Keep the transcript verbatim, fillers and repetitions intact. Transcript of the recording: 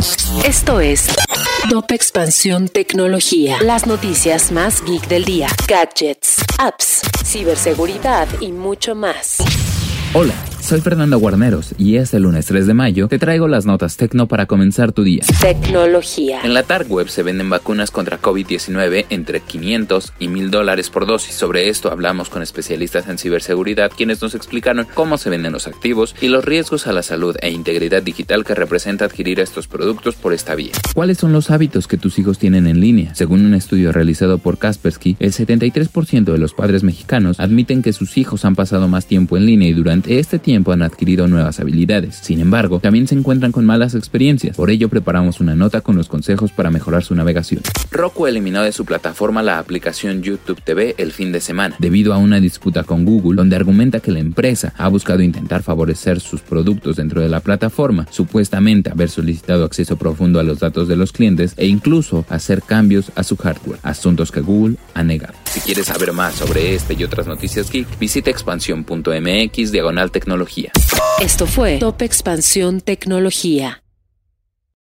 Esto es Top Expansión Tecnología. Las noticias más geek del día. Gadgets, apps, ciberseguridad y mucho más. Hola, soy Fernando Guarneros y este lunes tres de mayo te traigo las notas tecno para comenzar tu día. Tecnología. En la dark web se venden vacunas contra covid diecinueve entre quinientos y mil dólares por dosis. Sobre esto hablamos con especialistas en ciberseguridad, quienes nos explicaron cómo se venden los activos y los riesgos a la salud e integridad digital que representa adquirir estos productos por esta vía. ¿Cuáles son los hábitos que tus hijos tienen en línea? Según un estudio realizado por Kaspersky, el setenta y tres por ciento de los padres mexicanos admiten que sus hijos han pasado más tiempo en línea y durante este tiempo han adquirido nuevas habilidades. Sin embargo, también se encuentran con malas experiencias. Por ello, preparamos una nota con los consejos para mejorar su navegación. Roku eliminó de su plataforma la aplicación YouTube T V el fin de semana, debido a una disputa con Google, donde argumenta que la empresa ha buscado intentar favorecer sus productos dentro de la plataforma, supuestamente haber solicitado acceso profundo a los datos de los clientes e incluso hacer cambios a su hardware, asuntos que Google ha negado. Si quieres saber más sobre este y otras noticias geek, visita expansión punto m x diagonal tecnología. Esto fue Top Expansión Tecnología.